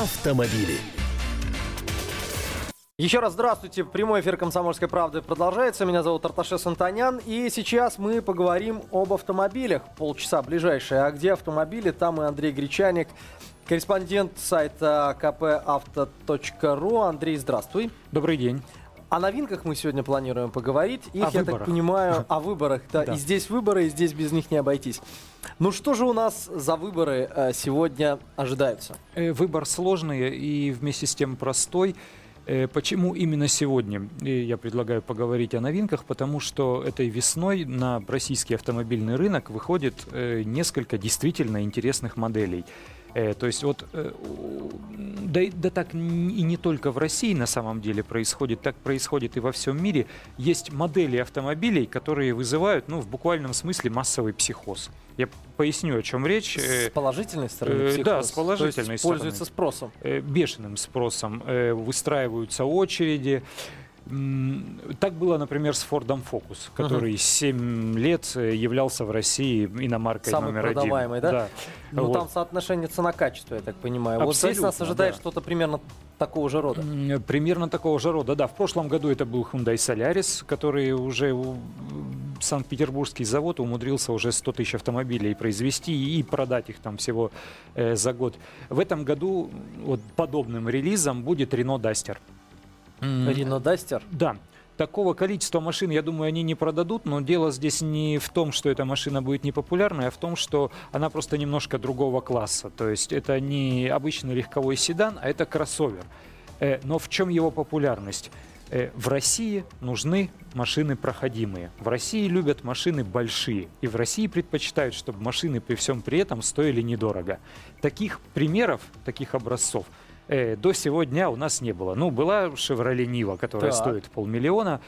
автомобили. Еще раз здравствуйте. Прямой эфир «Комсомольской правды» продолжается. Меня зовут Арташес Антонян. И сейчас мы поговорим об автомобилях. Полчаса ближайшие. А где автомобили, там и Андрей Гречаник, корреспондент сайта kpauto.ru. Андрей, здравствуй. Добрый день. О новинках мы сегодня планируем поговорить. Их, я выборах. так понимаю, о выборах. Да. Да. И здесь выборы, и здесь без них не обойтись. Ну что же у нас за выборы сегодня ожидаются? Выбор сложный и вместе с тем простой. Почему именно сегодня я предлагаю поговорить о новинках? Потому что этой весной на российский автомобильный рынок выходит несколько действительно интересных моделей. То есть вот, да так и не только в России на самом деле происходит, так происходит и во всем мире. Есть модели автомобилей, которые вызывают, в буквальном смысле массовый психоз. Я поясню, о чем речь. С положительной стороны психоз? Да, с положительной То есть стороны. пользуется спросом? Бешеным спросом. Выстраиваются очереди. Так было, например, с Ford'ом Focus, который 7 лет являлся в России иномаркой самый номер один. продаваемый, да? Да. Ну, Вот. Там соотношение цена-качество, я так понимаю. Вот здесь нас Абсолютно, ожидает да. что-то примерно такого же рода. Примерно такого же рода, да. В прошлом году это был Hyundai Solaris, который уже Санкт-Петербургский завод умудрился уже 100 тысяч автомобилей произвести и продать их там всего за год. В этом году вот подобным релизом будет Renault Duster. Renault Duster? Да. Такого количества машин, я думаю, они не продадут, но дело здесь не в том, что эта машина будет непопулярной, а в том, что она просто немножко другого класса. То есть это не обычный легковой седан, а это кроссовер. Но в чем его популярность? В России нужны машины проходимые. В России любят машины большие. И в России предпочитают, чтобы машины при всем при этом стоили недорого. Таких примеров, таких образцов до сего дня у нас не было. Была Chevrolet Niva, которая стоит 500 000.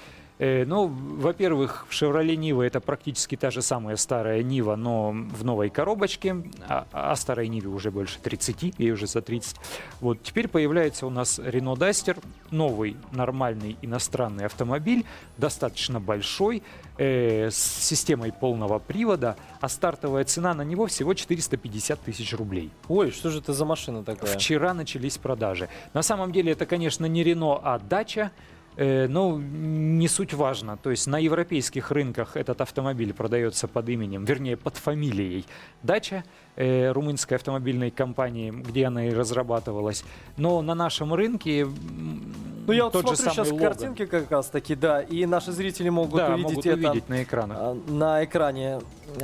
Во-первых, Chevrolet Niva это практически та же самая старая Niva, но в новой коробочке, а старой Ниве уже больше 30, ей уже за 30. Вот теперь появляется у нас Renault Duster, новый нормальный иностранный автомобиль, достаточно большой, с системой полного привода, а стартовая цена на него всего 450 тысяч рублей. Ой, что же это за машина такая? Вчера начались продажи. На самом деле это, конечно, не Renault, а Dacia. Но не суть важно. То есть на европейских рынках этот автомобиль продается под именем, вернее, под фамилией Dacia, румынской автомобильной компании, где она и разрабатывалась. Но на нашем рынке я вот тот смотрю же самый сейчас Logan. Картинки как раз таки, да, и наши зрители могут увидеть это на экранах. На экране.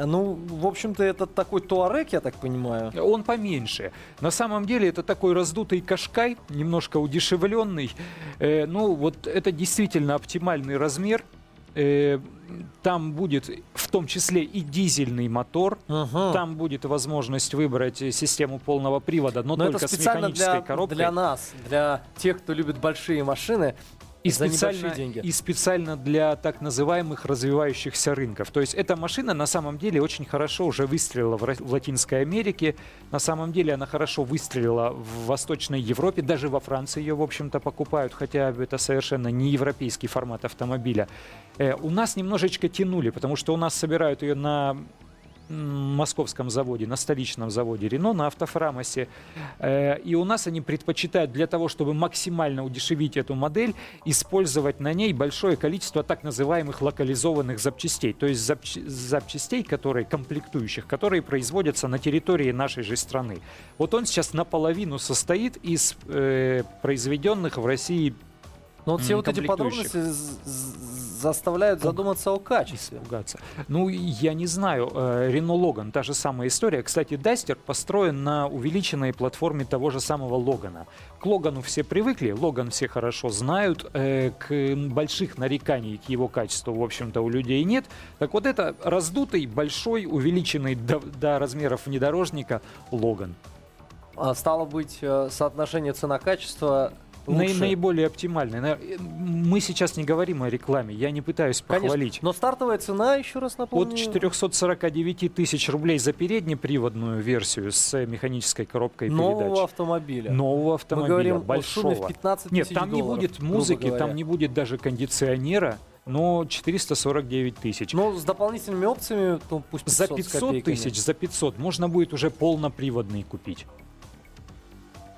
В общем-то, это такой Туарек, я так понимаю. Он поменьше. На самом деле это такой раздутый Кашкай, немножко удешевленный. Вот это действительно оптимальный размер. Там будет в том числе и дизельный мотор. Там будет возможность выбрать систему полного привода, но только с механической коробкой. Для нас, для тех, кто любит большие машины. И за небольшие деньги. И специально для так называемых развивающихся рынков. То есть эта машина на самом деле очень хорошо уже выстрелила в Латинской Америке. На самом деле она хорошо выстрелила в Восточной Европе. Даже во Франции ее, в общем-то, покупают, хотя это совершенно не европейский формат автомобиля. У нас немножечко тянули, потому что у нас собирают ее на московском заводе, на столичном заводе Renault, на Автофрамосе. И у нас они предпочитают для того, чтобы максимально удешевить эту модель, использовать на ней большое количество так называемых локализованных запчастей. То есть запчастей, комплектующих, которые производятся на территории нашей же страны. Вот он сейчас наполовину состоит из произведенных в России Но вот все вот эти подробности заставляют задуматься о качестве. Испугаться. Я не знаю. Renault Logan, та же самая история. Кстати, Duster построен на увеличенной платформе того же самого Логана. К Логану все привыкли, Логан все хорошо знают, к больших нареканий к его качеству, в общем-то, у людей нет. Так вот это раздутый, большой, увеличенный до размеров внедорожника Логан. Стало быть, соотношение цена-качество наиболее оптимальный. Мы сейчас не говорим о рекламе, я не пытаюсь похвалить. Конечно, но стартовая цена, еще раз напомню... От 449 тысяч рублей за переднеприводную версию с механической коробкой передач. Нового автомобиля. Нового автомобиля, мы говорим большого. О сумме в 15 Нет, тысяч там не долларов, будет музыки, там не будет даже кондиционера, но 449 тысяч. Но с дополнительными опциями, то пусть 500 за 500 тысяч, за 500 можно будет уже полноприводный купить.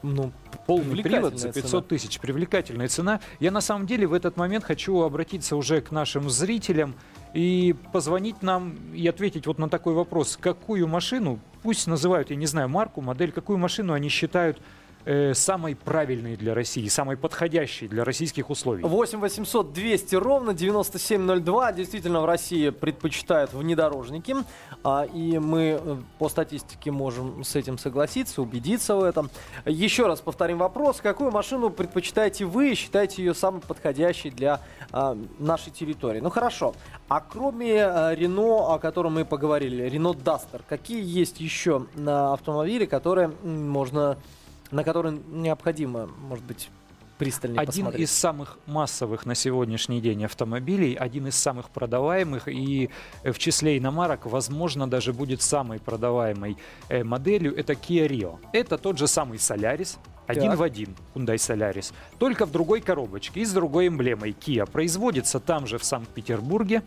Ну, Полный привод за привлекательная 500 тысяч. Привлекательная цена. Я на самом деле в этот момент хочу обратиться уже к нашим зрителям и позвонить нам и ответить вот на такой вопрос. Какую машину, пусть называют, я не знаю, марку, модель, какую машину они считают самой правильной для России, самой подходящей для российских условий? 8 800 200 ровно 9702. Действительно, в России предпочитают внедорожники. И мы по статистике можем с этим согласиться, убедиться в этом. Еще раз повторим вопрос. Какую машину предпочитаете вы и считаете ее самой подходящей для нашей территории? Ну хорошо. А кроме Renault, о котором мы поговорили, Renault Duster, какие есть еще автомобили, на которые необходимо, может быть, пристальнее Один посмотреть? из самых массовых на сегодняшний день автомобилей, один из самых продаваемых, и в числе иномарок, возможно, даже будет самой продаваемой моделью, это Kia Rio. Это тот же самый Solaris, один в один Hyundai Solaris, только в другой коробочке и с другой эмблемой Kia. Производится там же, в Санкт-Петербурге.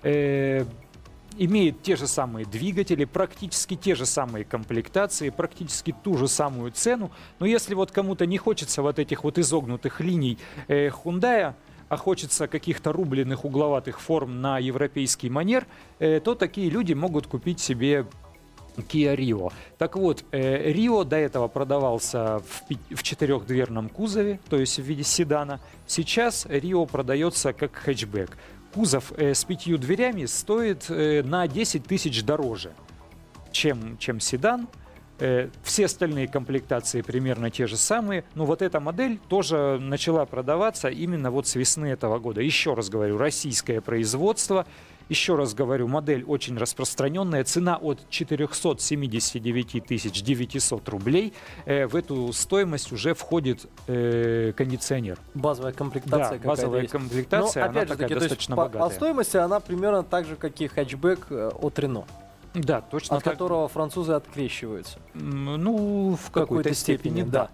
Имеет те же самые двигатели, практически те же самые комплектации, практически ту же самую цену. Но если вот кому-то не хочется вот этих вот изогнутых линий Hyundai, а хочется каких-то рубленых угловатых форм на европейский манер, то такие люди могут купить себе Kia Rio. Так вот, Rio до этого продавался в четырехдверном кузове, то есть в виде седана. Сейчас Rio продается как хэтчбэк. Кузов с 5 дверями стоит на 10 тысяч дороже, чем седан. Все остальные комплектации примерно те же самые. Но вот эта модель тоже начала продаваться именно вот с весны этого года. Еще раз говорю, российское производство. Еще раз говорю, модель очень распространенная. Цена от 479 900 рублей. В эту стоимость уже входит кондиционер. Базовая комплектация. Да, базовая комплектация, она такая достаточно богатая. По стоимости она примерно так же, как и хэтчбэк от Renault. Да, точно от так. Которого французы открещиваются. Ну, в какой-то степени, да.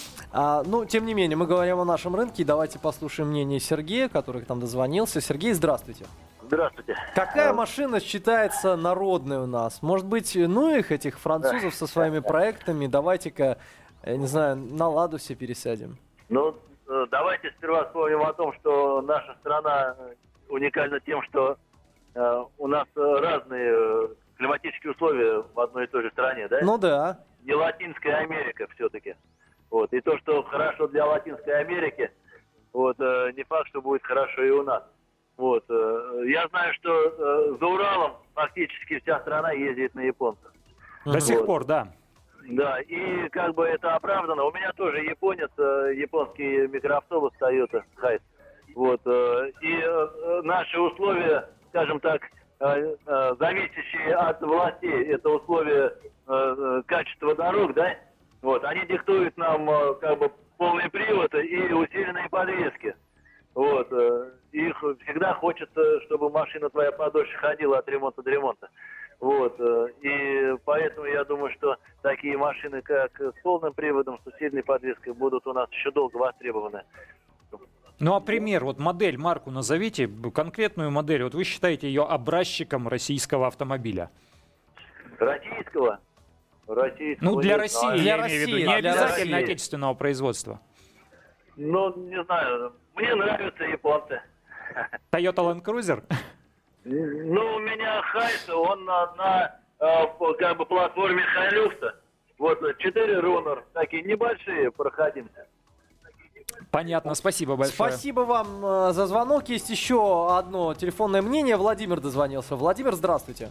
Ну, тем не менее, мы говорим о нашем рынке. Давайте послушаем мнение Сергея, который там дозвонился. Сергей, здравствуйте. Здравствуйте. Какая машина считается народной у нас? Может быть, ну их, этих французов со своими проектами, давайте-ка, я не знаю, на «Ладусе» пересядем. Ну, давайте сперва вспомним о том, что наша страна уникальна тем, что у нас разные климатические условия в одной и той же стране, да? Ну да. Не Латинская Америка все-таки. Вот. И то, что хорошо для Латинской Америки, вот, не факт, что будет хорошо и у нас. Вот. Я знаю, что за Уралом фактически вся страна ездит на японцах. До сих пор, да. Да, и как бы это оправдано. У меня тоже японец, японский микроавтобус Toyota Hiace. Вот. И наши условия, скажем так, зависящие от властей, это условия качества дорог, да? Вот. Они диктуют нам как бы полный привод и усиленные подвески. Вот. Их всегда хочется, чтобы машина твоя подольше ходила от ремонта до ремонта. Вот. И поэтому я думаю, что такие машины, как с полным приводом, с усиленной подвеской, будут у нас еще долго востребованы. Ну а пример, вот модель, марку назовите, конкретную модель. Вот вы считаете ее образчиком российского автомобиля? Российского? Ну для России, для я имею в виду, не обязательно отечественного производства. Ну, не знаю, мне нравятся японцы. Toyota Land Cruiser? Ну, у меня Hiace, он на как бы платформе Hilux. Вот, 4 Runner, такие небольшие проходимцы. Понятно, спасибо большое. Спасибо вам за звонок. Есть еще одно телефонное мнение. Владимир дозвонился. Владимир, здравствуйте.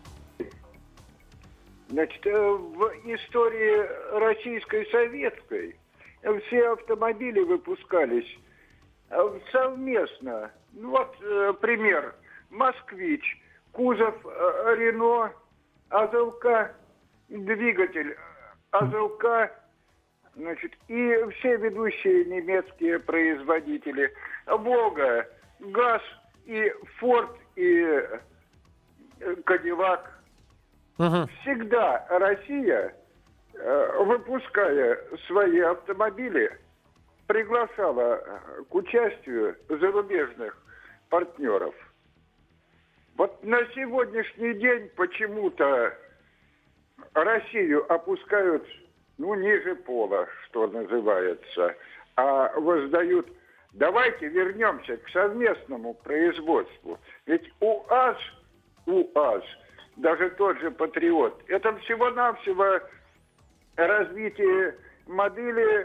Значит, в истории российской советской все автомобили выпускались совместно. Ну, вот пример. «Москвич», кузов «Рено», АЗЛК, двигатель АЗЛК, значит, и все ведущие немецкие производители. «Волга», ГАЗ и «Форд», и «Кадиллак». Всегда Россия, выпуская свои автомобили, приглашала к участию зарубежных партнеров. Вот на сегодняшний день почему-то Россию опускают ну, ниже пола, что называется, а воздают. Давайте вернемся к совместному производству. Ведь УАЗ, даже тот же «Патриот», это всего-навсего развитие модели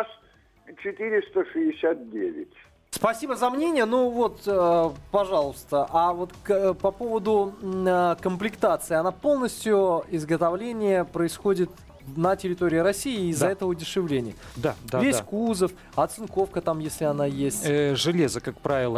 ГАЗ-469. Спасибо за мнение. Ну вот, пожалуйста, а вот по поводу комплектации, она полностью, изготовление происходит на территории России, из-за этого удешевления. Да, Весь кузов, оцинковка там, если она есть. Железо, как правило,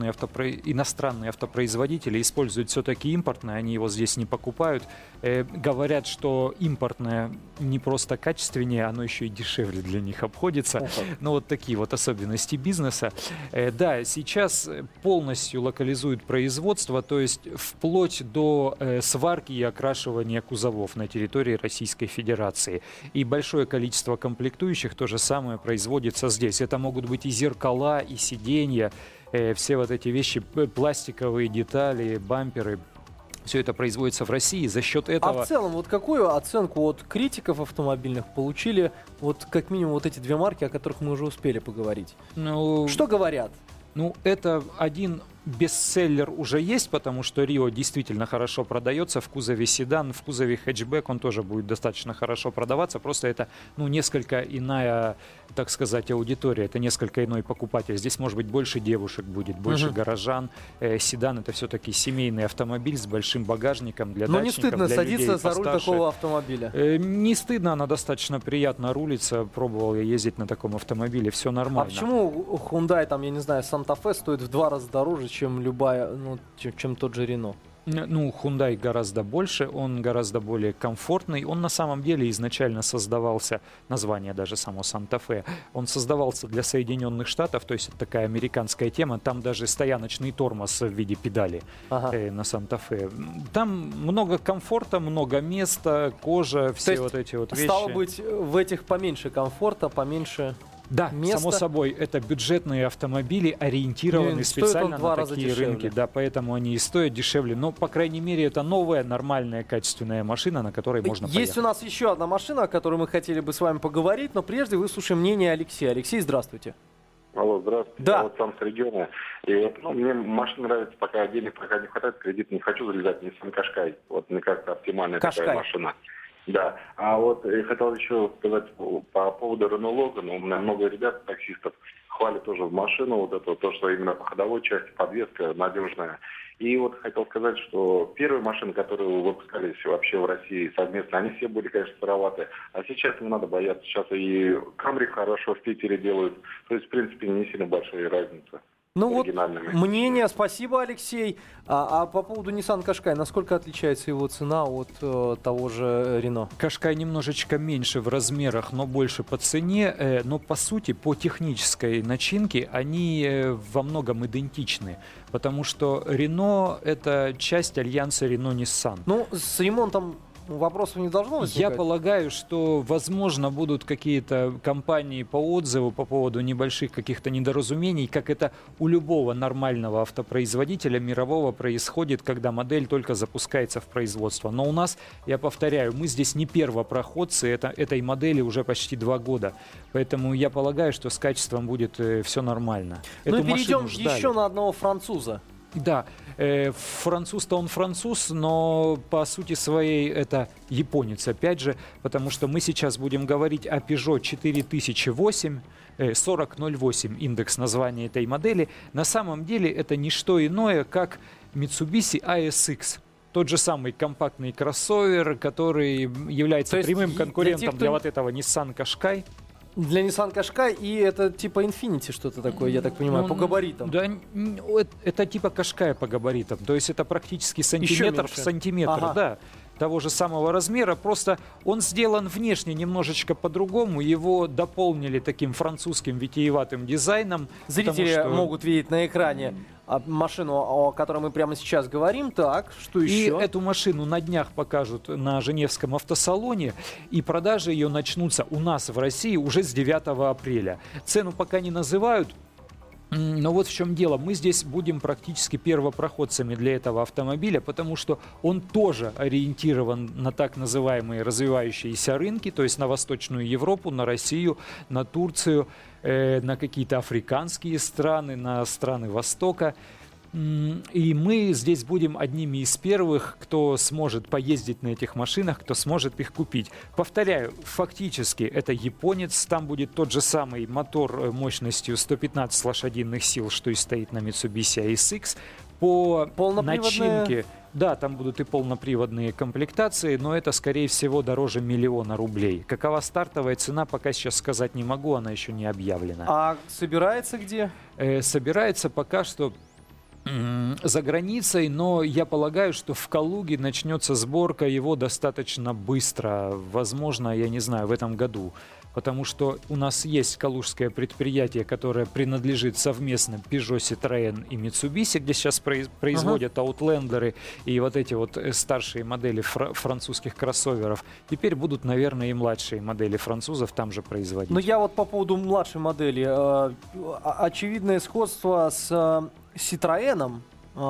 иностранные автопроизводители используют все-таки импортное, они его здесь не покупают. Говорят, что импортное не просто качественнее, оно еще и дешевле для них обходится. Ну вот такие вот особенности бизнеса. Да, сейчас полностью локализуют производство, то есть вплоть до сварки и окрашивания кузовов на территории Российской Федерации. И большое количество комплектующих то же самое производится здесь. Это могут быть и зеркала, и сиденья, все вот эти вещи, пластиковые детали, бамперы. Все это производится в России. За счет этого... А в целом, вот какую оценку от критиков автомобильных получили вот как минимум вот эти две марки, о которых мы уже успели поговорить? Ну, что говорят? Ну, это один бестселлер уже есть, потому что Рио действительно хорошо продается в кузове седан, в кузове хэтчбэк он тоже будет достаточно хорошо продаваться, просто это, ну, несколько иная, так сказать, аудитория, это несколько иной покупатель. Здесь, может быть, больше девушек будет, больше горожан. Седан — это все-таки семейный автомобиль с большим багажником для дачников, не стыдно для садиться людей за руль постарше. такого автомобиля? Не стыдно, она достаточно приятно рулится, пробовал я ездить на таком автомобиле, все нормально. А почему Hyundai, там, я не знаю, Santa Fe стоит в 2 раза дороже, чем любая, ну, чем тот же Renault? Ну, Hyundai гораздо больше, он гораздо более комфортный. Он на самом деле изначально создавался, название даже само Santa Fe, он создавался для Соединенных Штатов, то есть это такая американская тема. Там даже стояночный тормоз в виде педали на Santa Fe. Там много комфорта, много места, кожа, все вот эти вот вещи. Стало быть, в этих поменьше комфорта, поменьше... Да, место. Само собой, это бюджетные автомобили, ориентированные специально на такие рынки. Да, поэтому они и стоят дешевле. Но, по крайней мере, это новая, нормальная, качественная машина, на которой можно поехать. Есть у нас еще одна машина, о которой мы хотели бы с вами поговорить, но прежде выслушаем мнение Алексея. Алексей, здравствуйте. Алло, здравствуйте. Да. Я вот сам с региона. И вот, мне машина нравится, пока денег пока не хватает, кредит не хочу залезать, Nissan Qashqai. Вот, мне кажется, оптимальная такая машина. Да, а вот я хотел еще сказать по поводу Renault Logan. У меня много ребят, таксистов, хвалят тоже в машину, вот это, то, что именно по ходовой части, подвеска надежная. И вот хотел сказать, что первые машины, которые выпускались вообще в России совместно, они все были, конечно, сыроватые. А сейчас не надо бояться, сейчас и Camry хорошо в Питере делают. То есть, в принципе, не сильно большая разница. Ну вот, мнение, спасибо, Алексей. А по поводу Nissan Qashqai, насколько отличается его цена от того же Renault? Qashqai немножечко меньше в размерах, но больше по цене. Но по сути, по технической начинке, они во многом идентичны. Потому что Renault — это часть альянса Renault-Nissan. Ну, с ремонтом вопросов не должно возникать? Я полагаю, что, возможно, будут какие-то кампании по отзыву по поводу небольших каких-то недоразумений, как это у любого нормального автопроизводителя мирового происходит, когда модель только запускается в производство. Но у нас, я повторяю, мы здесь не первопроходцы этой модели уже почти 2 года. Поэтому я полагаю, что с качеством будет все нормально. Ну и перейдем еще на одного француза. Да, француз-то он француз, но по сути своей это японец, опять же, потому что мы сейчас будем говорить о Peugeot 4008, 4008 индекс названия этой модели. На самом деле это не что иное, как Mitsubishi ASX. Тот же самый компактный кроссовер, который является прямым конкурентом для вот этого Nissan Qashqai. Для Nissan Qashqai, и это типа Infiniti что-то такое, я так понимаю, по габаритам. Да, это типа Qashqai по габаритам, то есть это практически сантиметр в сантиметр, да, того же самого размера, просто он сделан внешне немножечко по-другому, его дополнили таким французским витиеватым дизайном. Зрители могут видеть на экране машину, о которой мы прямо сейчас говорим. Так, что еще? И эту машину на днях покажут на Женевском автосалоне, и продажи ее начнутся у нас в России уже с 9 апреля. Цену пока не называют, Но вот в чем дело. Мы здесь будем практически первопроходцами для этого автомобиля, потому что он тоже ориентирован на так называемые развивающиеся рынки, то есть на Восточную Европу, на Россию, на Турцию, на какие-то африканские страны, на страны Востока. И мы здесь будем одними из первых, кто сможет поездить на этих машинах, кто сможет их купить. Повторяю, фактически это японец, там будет тот же самый мотор мощностью 115 лошадиных сил, что и стоит на Mitsubishi ASX. По начинке, да, там будут и полноприводные комплектации, но это, скорее всего, дороже 1 000 000 рублей. Какова стартовая цена, пока сейчас сказать не могу, она еще не объявлена. А собирается где? Собирается пока что за границей, но я полагаю, что в Калуге начнется сборка его достаточно быстро, возможно, я не знаю, в этом году, потому что у нас есть калужское предприятие, которое принадлежит совместно Peugeot, Citroën и Mitsubishi, где сейчас производят Outlander'ы и вот эти вот старшие модели французских кроссоверов. Теперь будут, наверное, и младшие модели французов там же производить. Ну я вот по поводу младшей модели. Очевидное сходство с Citroёном.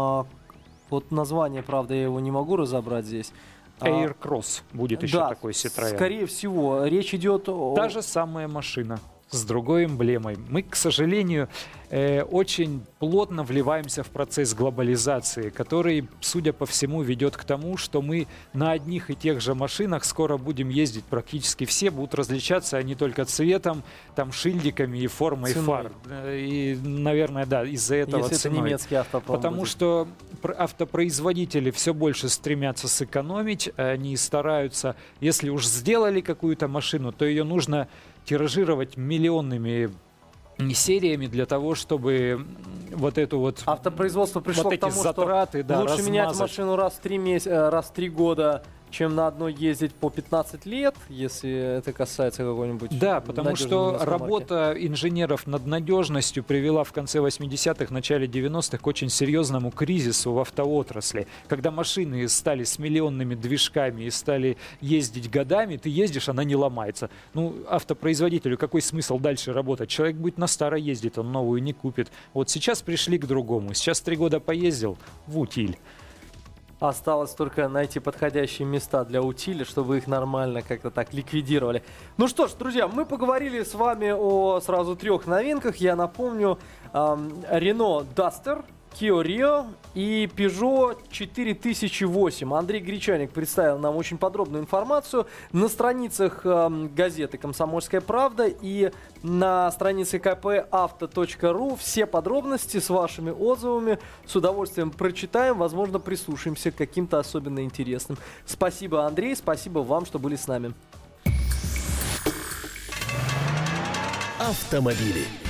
Вот название, правда, я его не могу разобрать здесь. Aircross будет еще такой Citroën. Скорее всего, речь идет о... Та же самая машина с другой эмблемой. Мы, к сожалению, очень плотно вливаемся в процесс глобализации, который, судя по всему, ведет к тому, что мы на одних и тех же машинах скоро будем ездить практически все, будут различаться они только цветом, там, шильдиками и формой фар. И, наверное, да, из-за этого если ценой. это немецкий автопром Потому будет. что автопроизводители все больше стремятся сэкономить, они стараются, если уж сделали какую-то машину, то ее нужно тиражировать миллионными сериями для того, чтобы вот эту вот автопроизводство пришло вот к тому, эти затраты, что да, лучше размазать. менять машину раз в 3 года, чем на одной ездить по 15 лет, если это касается какой-нибудь. Да, потому что работа инженеров над надежностью привела в конце 80-х, начале 90-х к очень серьезному кризису в автоотрасли. Когда машины стали с миллионными движками и стали ездить годами, ты ездишь, она не ломается. Ну, автопроизводителю какой смысл дальше работать? Человек будет на старой ездить, он новую не купит. Вот сейчас пришли к другому. Сейчас 3 года поездил в утиль. Осталось только найти подходящие места для утиля, чтобы их нормально как-то так ликвидировали. Ну что ж, друзья, мы поговорили с вами о сразу 3 новинках. Я напомню, Renault Duster, Kia Rio и Peugeot 4008. Андрей Гречаник представил нам очень подробную информацию на страницах газеты «Комсомольская правда» и на странице kpauto.ru. Все подробности с вашими отзывами с удовольствием прочитаем, возможно, прислушаемся к каким-то особенно интересным. Спасибо, Андрей, спасибо вам, что были с нами. Автомобили.